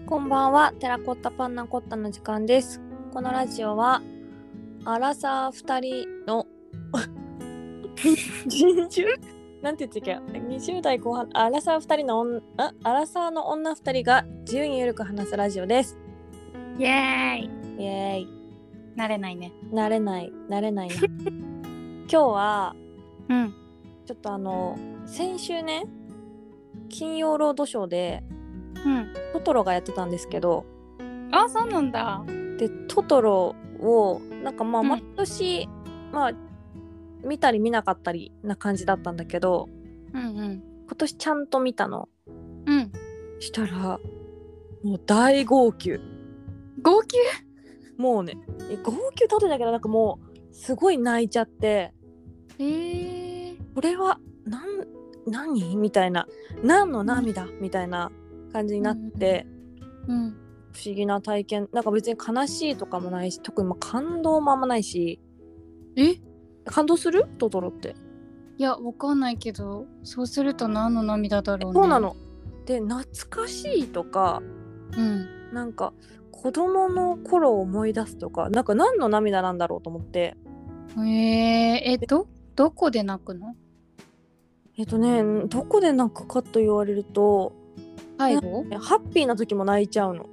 こんばんは、テラコッタパンナコッタの時間です。このラジオはアラサー2人のなんて言ってっけ、20代後半アラサー2人のアラサーの女2人が自由にゆるく話すラジオです。 イエーイ。 イエーイ。 慣れないね。 慣れないな今日はちょっと先週ね、金曜ロードショーでトトロがやってたんですけど、 あ、そうなんだ。 でトトロをなんか毎年、見たり見なかったりな感じだったんだけど、今年ちゃんと見たの。したらもう大号泣。 号泣？ もうね、号泣立てだけどなんかもうすごい泣いちゃって、これは何みたいな、何の涙、みたいな感じになって、不思議な体験。なんか別に悲しいとかもないし、特に感動もあんまないし。感動する？トトロって。 いや、わかんないけど、そうすると何の涙だろうね。 そうなの。で、懐かしいとか、なんか子供の頃を思い出すとか、なんか何の涙なんだろうと思って。 どこで泣くの？ どこで泣くかと言われると、 最後？ ハッピーな時も泣いちゃうの。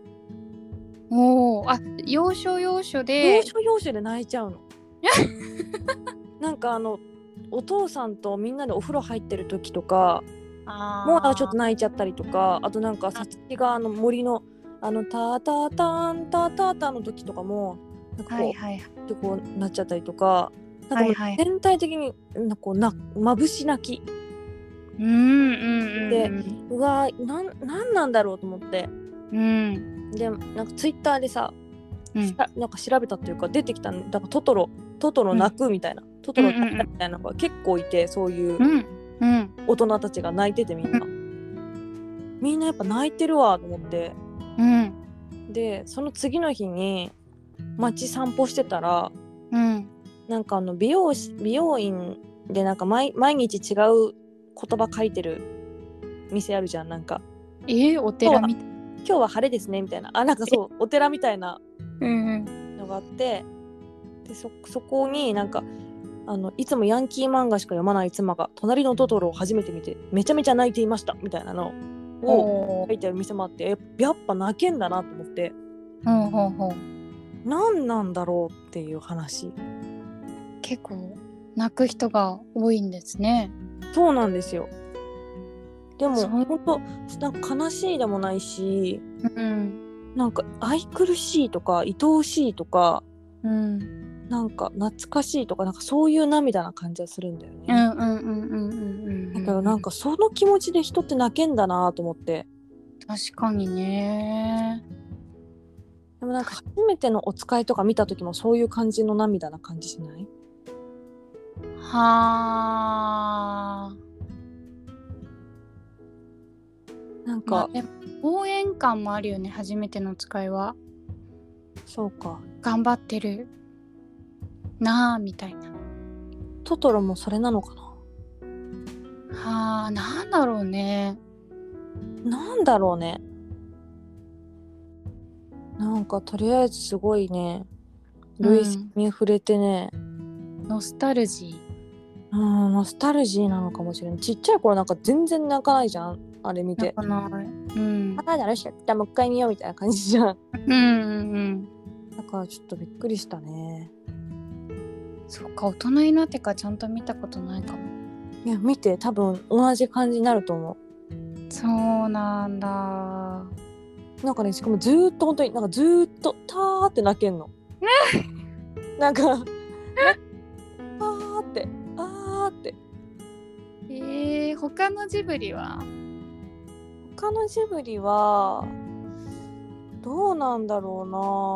要所要所で泣いちゃうの。なんかお父さんとみんなでお風呂入ってる時とかもうちょっと泣いちゃったりとか、あとなんかさつきが森のターターターンターターターの時とかもなんかこうなっちゃったりとか、なんか全体的にまぶし泣きで、うわなんなんだろうと思って、でなんかツイッターでさ、なんか調べたっていうか出てきたんだから、トトロ泣くみたいな、トトロ泣くみたいなのが結構いて、そういう大人たちが泣いてて、みんなやっぱ泣いてるわと思って、でその次の日に街散歩してたら、なんか美容院でなんか毎日違う言葉書いてる店あるじゃん。なんかお寺みたいな、 今日は晴れですねみたいな、なんかそうお寺みたいなのがあって、でそこになんかいつもヤンキー漫画しか読まない妻が隣のトトロを初めて見てめちゃめちゃ泣いていましたみたいなのを書いてある店もあって、やっぱ泣けんだなと思って、何なんだろうっていう話。 結構泣く人が多いんですね。 そうなんですよ。でも本当なんか悲しいでもないし、なんか愛くるしいとか愛おしいとか、なんか懐かしいとか、なんかそういう涙な感じがするんだよね。だからなんかその気持ちで人って泣けんだなと思って。 確かにね。 でもなんか初めてのお使いとか見た時もそういう感じの涙な感じしない？なんか、 応援感もあるよね、初めてのお使いは。 そうか、 頑張ってるなあみたいな。 トトロもそれなのかな。 なんだろうね。 なんかとりあえずすごいね、類似に触れてね、 ノスタルジー。 ノスタルジーなのかもしれない。ちっちゃい頃なんか全然泣かないじゃん、あれ見て。 泣かない。 だらしちゃった、もう一回見ようみたいな感じじゃん。だからちょっとびっくりしたね。 そっか、大人になってからちゃんと見たことないかも。 いや見て、多分同じ感じになると思う。 そうなんだ。 なんかね、しかもずーっと本当になんかずーっとターって泣けんの。なんかあーって他のジブリはどうなんだろ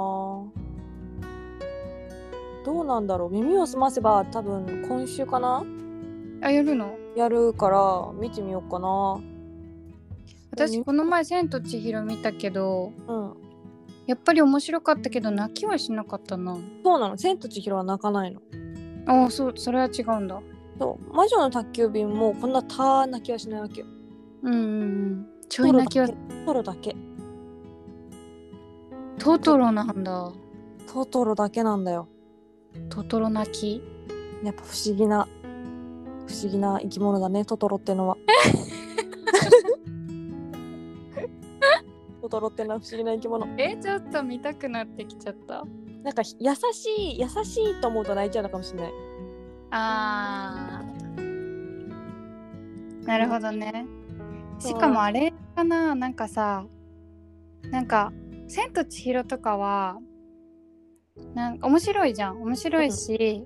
う。耳をすませば多分今週かな。 やるの？ やるから見てみようかな。 私この前千と千尋見たけど、やっぱり面白かったけど泣きはしなかったな。 そうなの、千と千尋は泣かないの。 それは違うんだ。 そう魔女の宅急便もこんなター泣きはしないわけよ。 ちょい泣きはトロだけ。 トトロなんだ。 トトロだけなんだよ。 トトロ泣き。 やっぱ不思議な生き物だね、トトロってのは。トトロってのは不思議な生き物。 ちょっと見たくなってきちゃった。 なんか優しいと思うと泣いちゃうのかもしれない。 なるほどね。しかもあれかな、なんかさ、なんか千と千尋とかはなんか面白いじゃん。面白いし、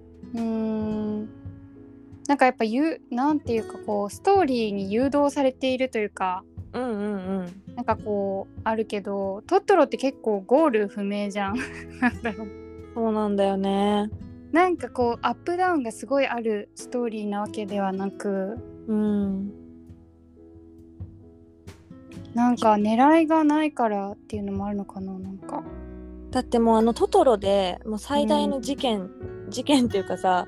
なんかやっぱなんていうかこうストーリーに誘導されているというか、なんかこうあるけど、トトロって結構ゴール不明じゃん。なんだろう。 そうなんだよね。 なんかこうアップダウンがすごいあるストーリーなわけではなく、なんか狙いがないからっていうのもあるのかな。なんかだってもうトトロでもう最大の事件っていうかさ、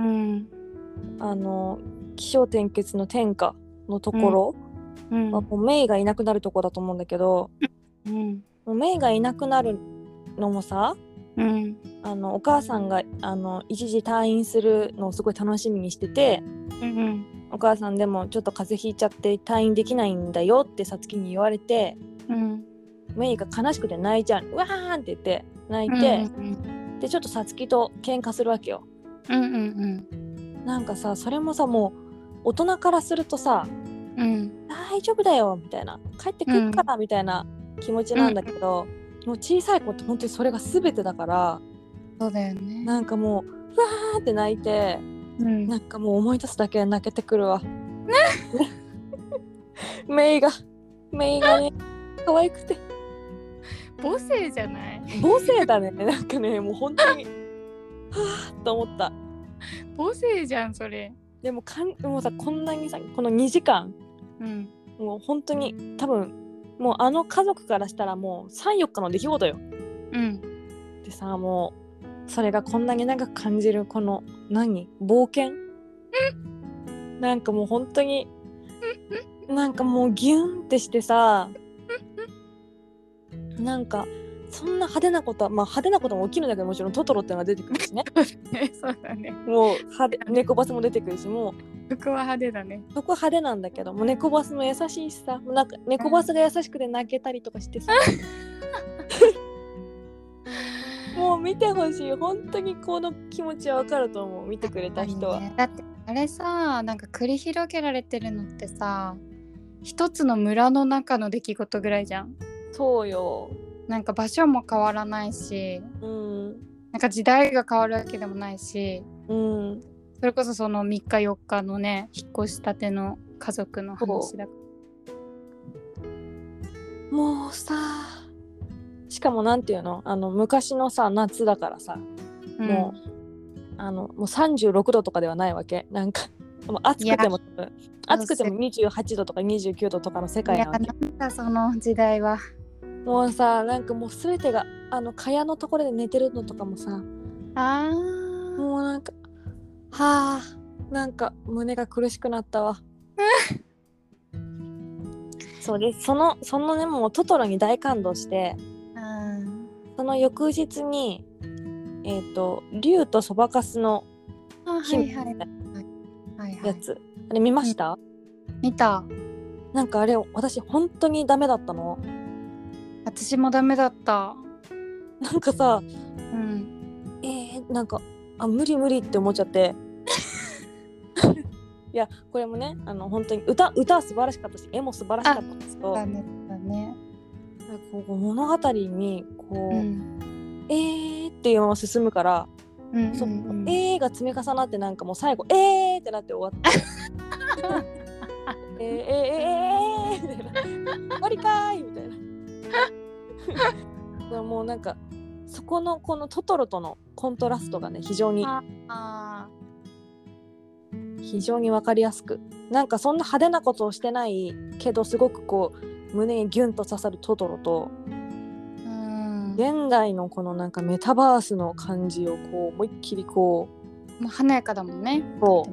起承転結の天下のところはもうメイがいなくなるとこだと思うんだけど、もうメイがいなくなるのもさ、お母さんが一時退院するのをすごい楽しみにしてて、お母さんでもちょっと風邪ひいちゃって退院できないんだよってさつきに言われて、メイが悲しくて泣いちゃう、うわーんって言って泣いて、でちょっとさつきと喧嘩するわけよ。なんかさ、それもさ、もう大人からするとさ、大丈夫だよみたいな、帰ってくるからみたいな気持ちなんだけど、もう小さい子って本当にそれが全てだから、 そうだよね。 なんかもううわーって泣いて、なんかもう思い出すだけ泣けてくるわ。メイがね可愛くて母性じゃない？ 母性だね。なんかね、もう本当にはぁと思った。 母性じゃんそれ。 でももうさ、こんなにさ、この2時間、もう本当に多分もう家族からしたらもう 3,4 日の出来事よ。でさ、もうそれがこんなに長く感じるこの冒険なんかもう本当になんかもうギュンってしてさ、なんかそんな派手なことは、派手なことも起きるんだけど、もちろんトトロってのが出てくるしね。 そうだね。 もう猫バスも出てくるし、もうそこは派手だね。 そこは派手なんだけど、もう猫バスも優しいしさ、もうなんか猫バスが優しくて泣けたりとかしてさ、もう見てほしい。本当にこの気持ちはわかると思う、見てくれた人は。 だってあれさ、なんか繰り広げられてるのってさ、一つの村の中の出来事ぐらいじゃん。 そうよ。 なんか場所も変わらないし、なんか時代が変わるわけでもないし、それこそその3日4日のね、引っ越したての家族の話だから。 もうさ、しかもなんていうの、昔のさ夏だからさ、もう36度とかではないわけ。なんか暑くても28度とか29度とかの世界なわけ。 なんだその時代は。 もうさ、なんかもう全てが蚊帳のところで寝てるのとかもさ、もうなんかなんか胸が苦しくなったわ。そうです。そのね、もうトトロに大感動して、その翌日に竜とそばかすの姫みたいなやつ、あれ見ました？ 見た。 なんかあれ私本当にダメだったの。 私もダメだった。 なんかさ、なんか無理って思っちゃって。いや、これもね、本当に歌は素晴らしかったし、絵も素晴らしかったんですけど、こう物語にこう、っていうまま進むから、が積み重なって、なんかもう最後ってなって終わってみたいな、終わりかーいみたいな。もうなんかそこのこのトトロとのコントラストがね、非常に分かりやすく、なんかそんな派手なことをしてないけど、すごくこう胸にギュンと刺さるトトロと、現代のこのなんかメタバースの感じをこう思いっきりこう、もう華やかだもんね。 そう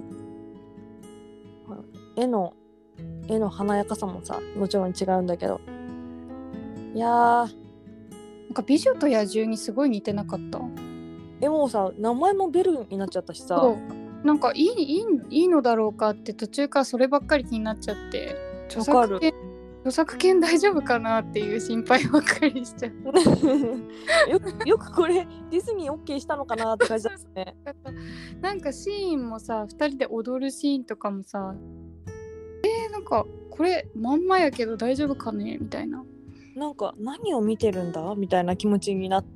絵の華やかさもさ、もちろん違うんだけど、いやか美女と野獣にすごい似てなかった？ もうさ名前もベルになっちゃったしさ、 なんかいいのだろうかって途中からそればっかり気になっちゃって、著作権大丈夫かなっていう心配ばっかりしちゃうよくこれディズニー OK したのかなって感じだったねなんかシーンもさ2人で踊るシーンとかもさなんかこれまんまやけど大丈夫かねみたいな、 なんか何を見てるんだみたいな気持ちになって、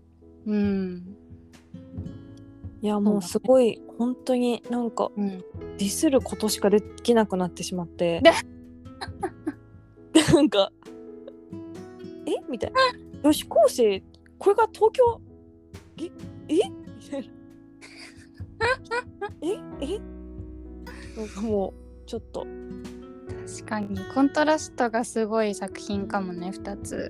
いやもうすごい本当になんか、ディスることしかできなくなってしまってなんかみたいな、女子高生これが東京みたいななんかもうちょっと確かにコントラストがすごい作品かもね2つ。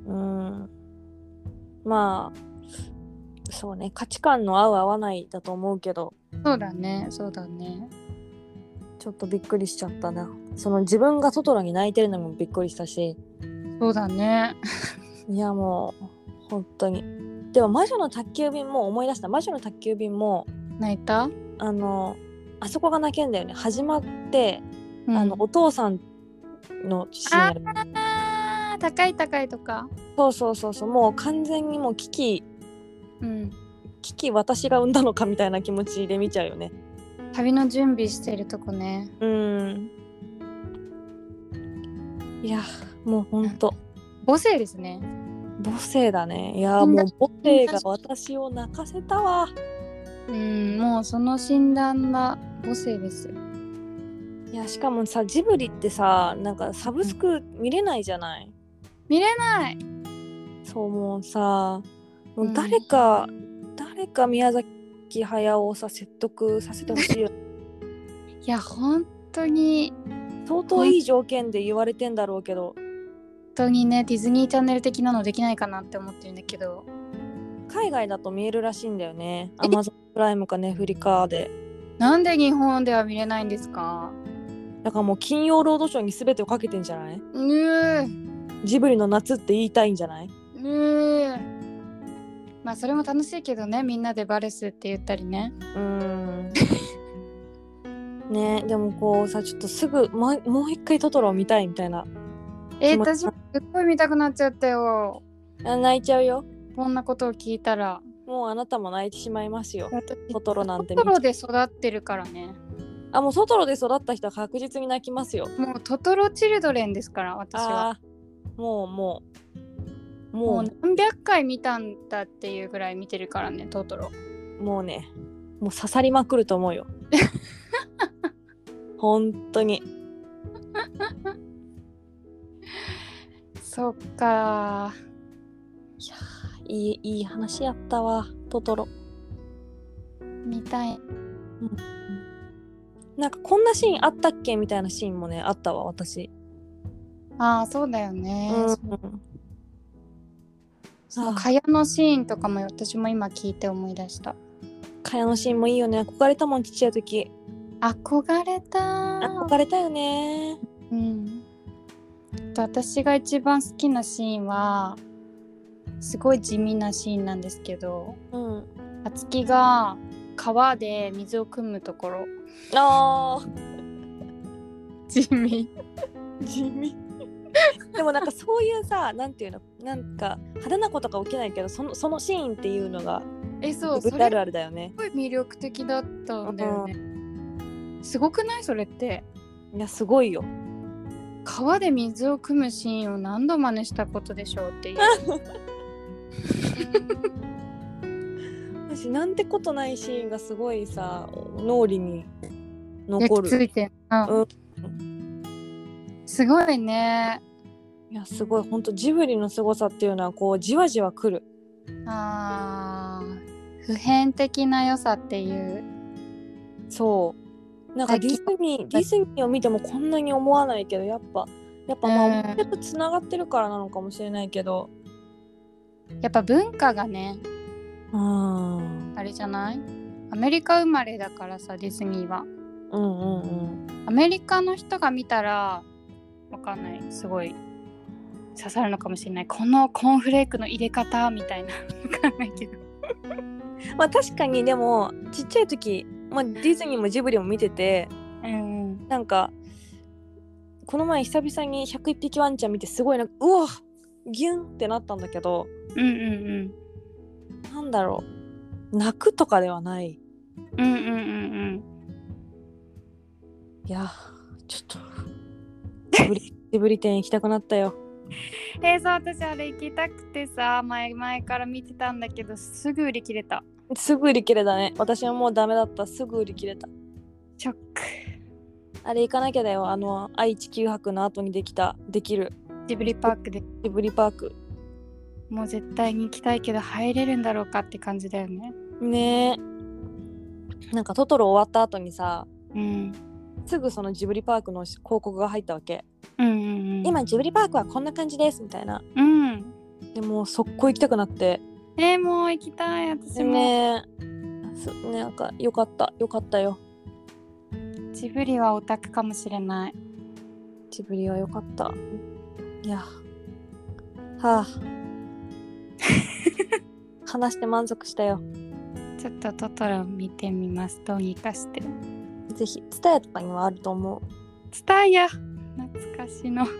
まあそうね、価値観の合う合わないだと思うけど、 そうだねちょっとびっくりしちゃったな。その自分がトトロに泣いてるのもびっくりしたし。 そうだねいやもう本当に。でも魔女の宅急便も思い出した。魔女の宅急便も泣いた？ あそこが泣けんだよね。始まって、お父さんのシーンやる。 高いとか。 そうもう完全にもう危機私が産んだのかみたいな気持ちで見ちゃうよね。 旅の準備してるとこね。 いやもうほんと母性ですね。 母性だね。いやもう母性が私を泣かせたわ。 もうその診断が母性ですよ。 いやしかもさジブリってさなんかサブスク見れないじゃない。 見れない。 そうもうさもう誰か宮崎駿をさ説得させてほしいよいや本当に相当いい条件で言われてんだろうけど、 本当にねディズニーチャンネル的なのできないかなって思ってるんだけど、 海外だと見えるらしいんだよね。アマゾンプライムかネフリカで。 なんで日本では見れないんですか？ だからもう金曜ロードショーに全てをかけてんじゃない？ジブリの夏って言いたいんじゃない？ まあそれも楽しいけどね、みんなでバレスって言ったりね。 ねでもこうさちょっとすぐもう一回トトロを見たいみたいな。 私もすっごい見たくなっちゃったよ。 泣いちゃうよ。 こんなことを聞いたら。 もうあなたも泣いてしまいますよ。トトロなんてトトロで育ってるからね。 もうトトロで育った人は確実に泣きますよ。 もうトトロチルドレンですから私は。 もう何百回見たんだっていうぐらい見てるからねトトロ。 もうねもう刺さりまくると思うよ本当にそっか。 いい話やったわトトロ。 見たい。 なんかこんなシーンあったっけみたいなシーンもねあったわ私。 そうだよね。その蚊帳のシーンとかも私も今聞いて思い出した。 蚊帳のシーンもいいよね。憧れたもんちっちゃい時。 憧れたよね。 私が一番好きなシーンはすごい地味なシーンなんですけど、あつきが川で水を汲むところ。地味でもなんかそういうさなんていうのなんか派手なことが起きないけどそのシーンっていうのがそれあるあるだよね。 すごい魅力的だったんだよね。すごくないそれって。 いやすごいよ。 川で水を汲むシーンを何度真似したことでしょうっていう私なんてことないシーンがすごいさ脳裏に残る。 焼き付いてすごいね。 いやすごい本当ジブリのすごさっていうのはこうじわじわくる。 普遍的な良さっていう。 そうなんかディズニーを見てもこんなに思わないけどやっぱまあちょっとつながってるからなのかもしれないけど、 やっぱ文化がねあれじゃない？アメリカ生まれだからさディズニーは。アメリカの人が見たらわかんないすごい刺さるのかもしれない。このコーンフレークの入れ方みたいな分かんないけどまあ確かにでもちっちゃい時、まあ、ディズニーもジブリも見てて、なんかこの前久々に101匹ワンちゃん見てすごいなんかうわギュンってなったんだけど、なんだろう、泣くとかではない。いやちょっとジブリ店行きたくなったよ。 そう私あれ行きたくてさ、前から見てたんだけどすぐ売り切れた。 すぐ売り切れたね。私はもうダメだった。すぐ売り切れた。 ショック。 あれ行かなきゃだよ。愛・地球博の後にできるジブリパークで。 ジブリパーク。 もう絶対に行きたいけど入れるんだろうかって感じだよね。 ねえ。なんかトトロ終わった後にさ、すぐそのジブリパークの広告が入ったわけ。今ジブリパークはこんな感じですみたいな。でも速攻行きたくなって。 もう行きたい私も。 なんかよかったよ。 ジブリはオタクかもしれない。 ジブリはよかった。いやはあ話して満足したよ。 ちょっとトトロ見てみます。どうにかして。 ぜひツタヤとかにはあると思う。 ツタヤ懐かしのツ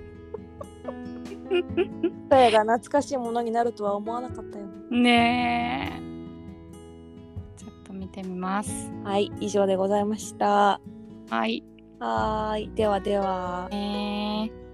タヤが懐かしいものになるとは思わなかったよね。ちょっと見てみます。 はい、以上でございました。 はい、 ではでは。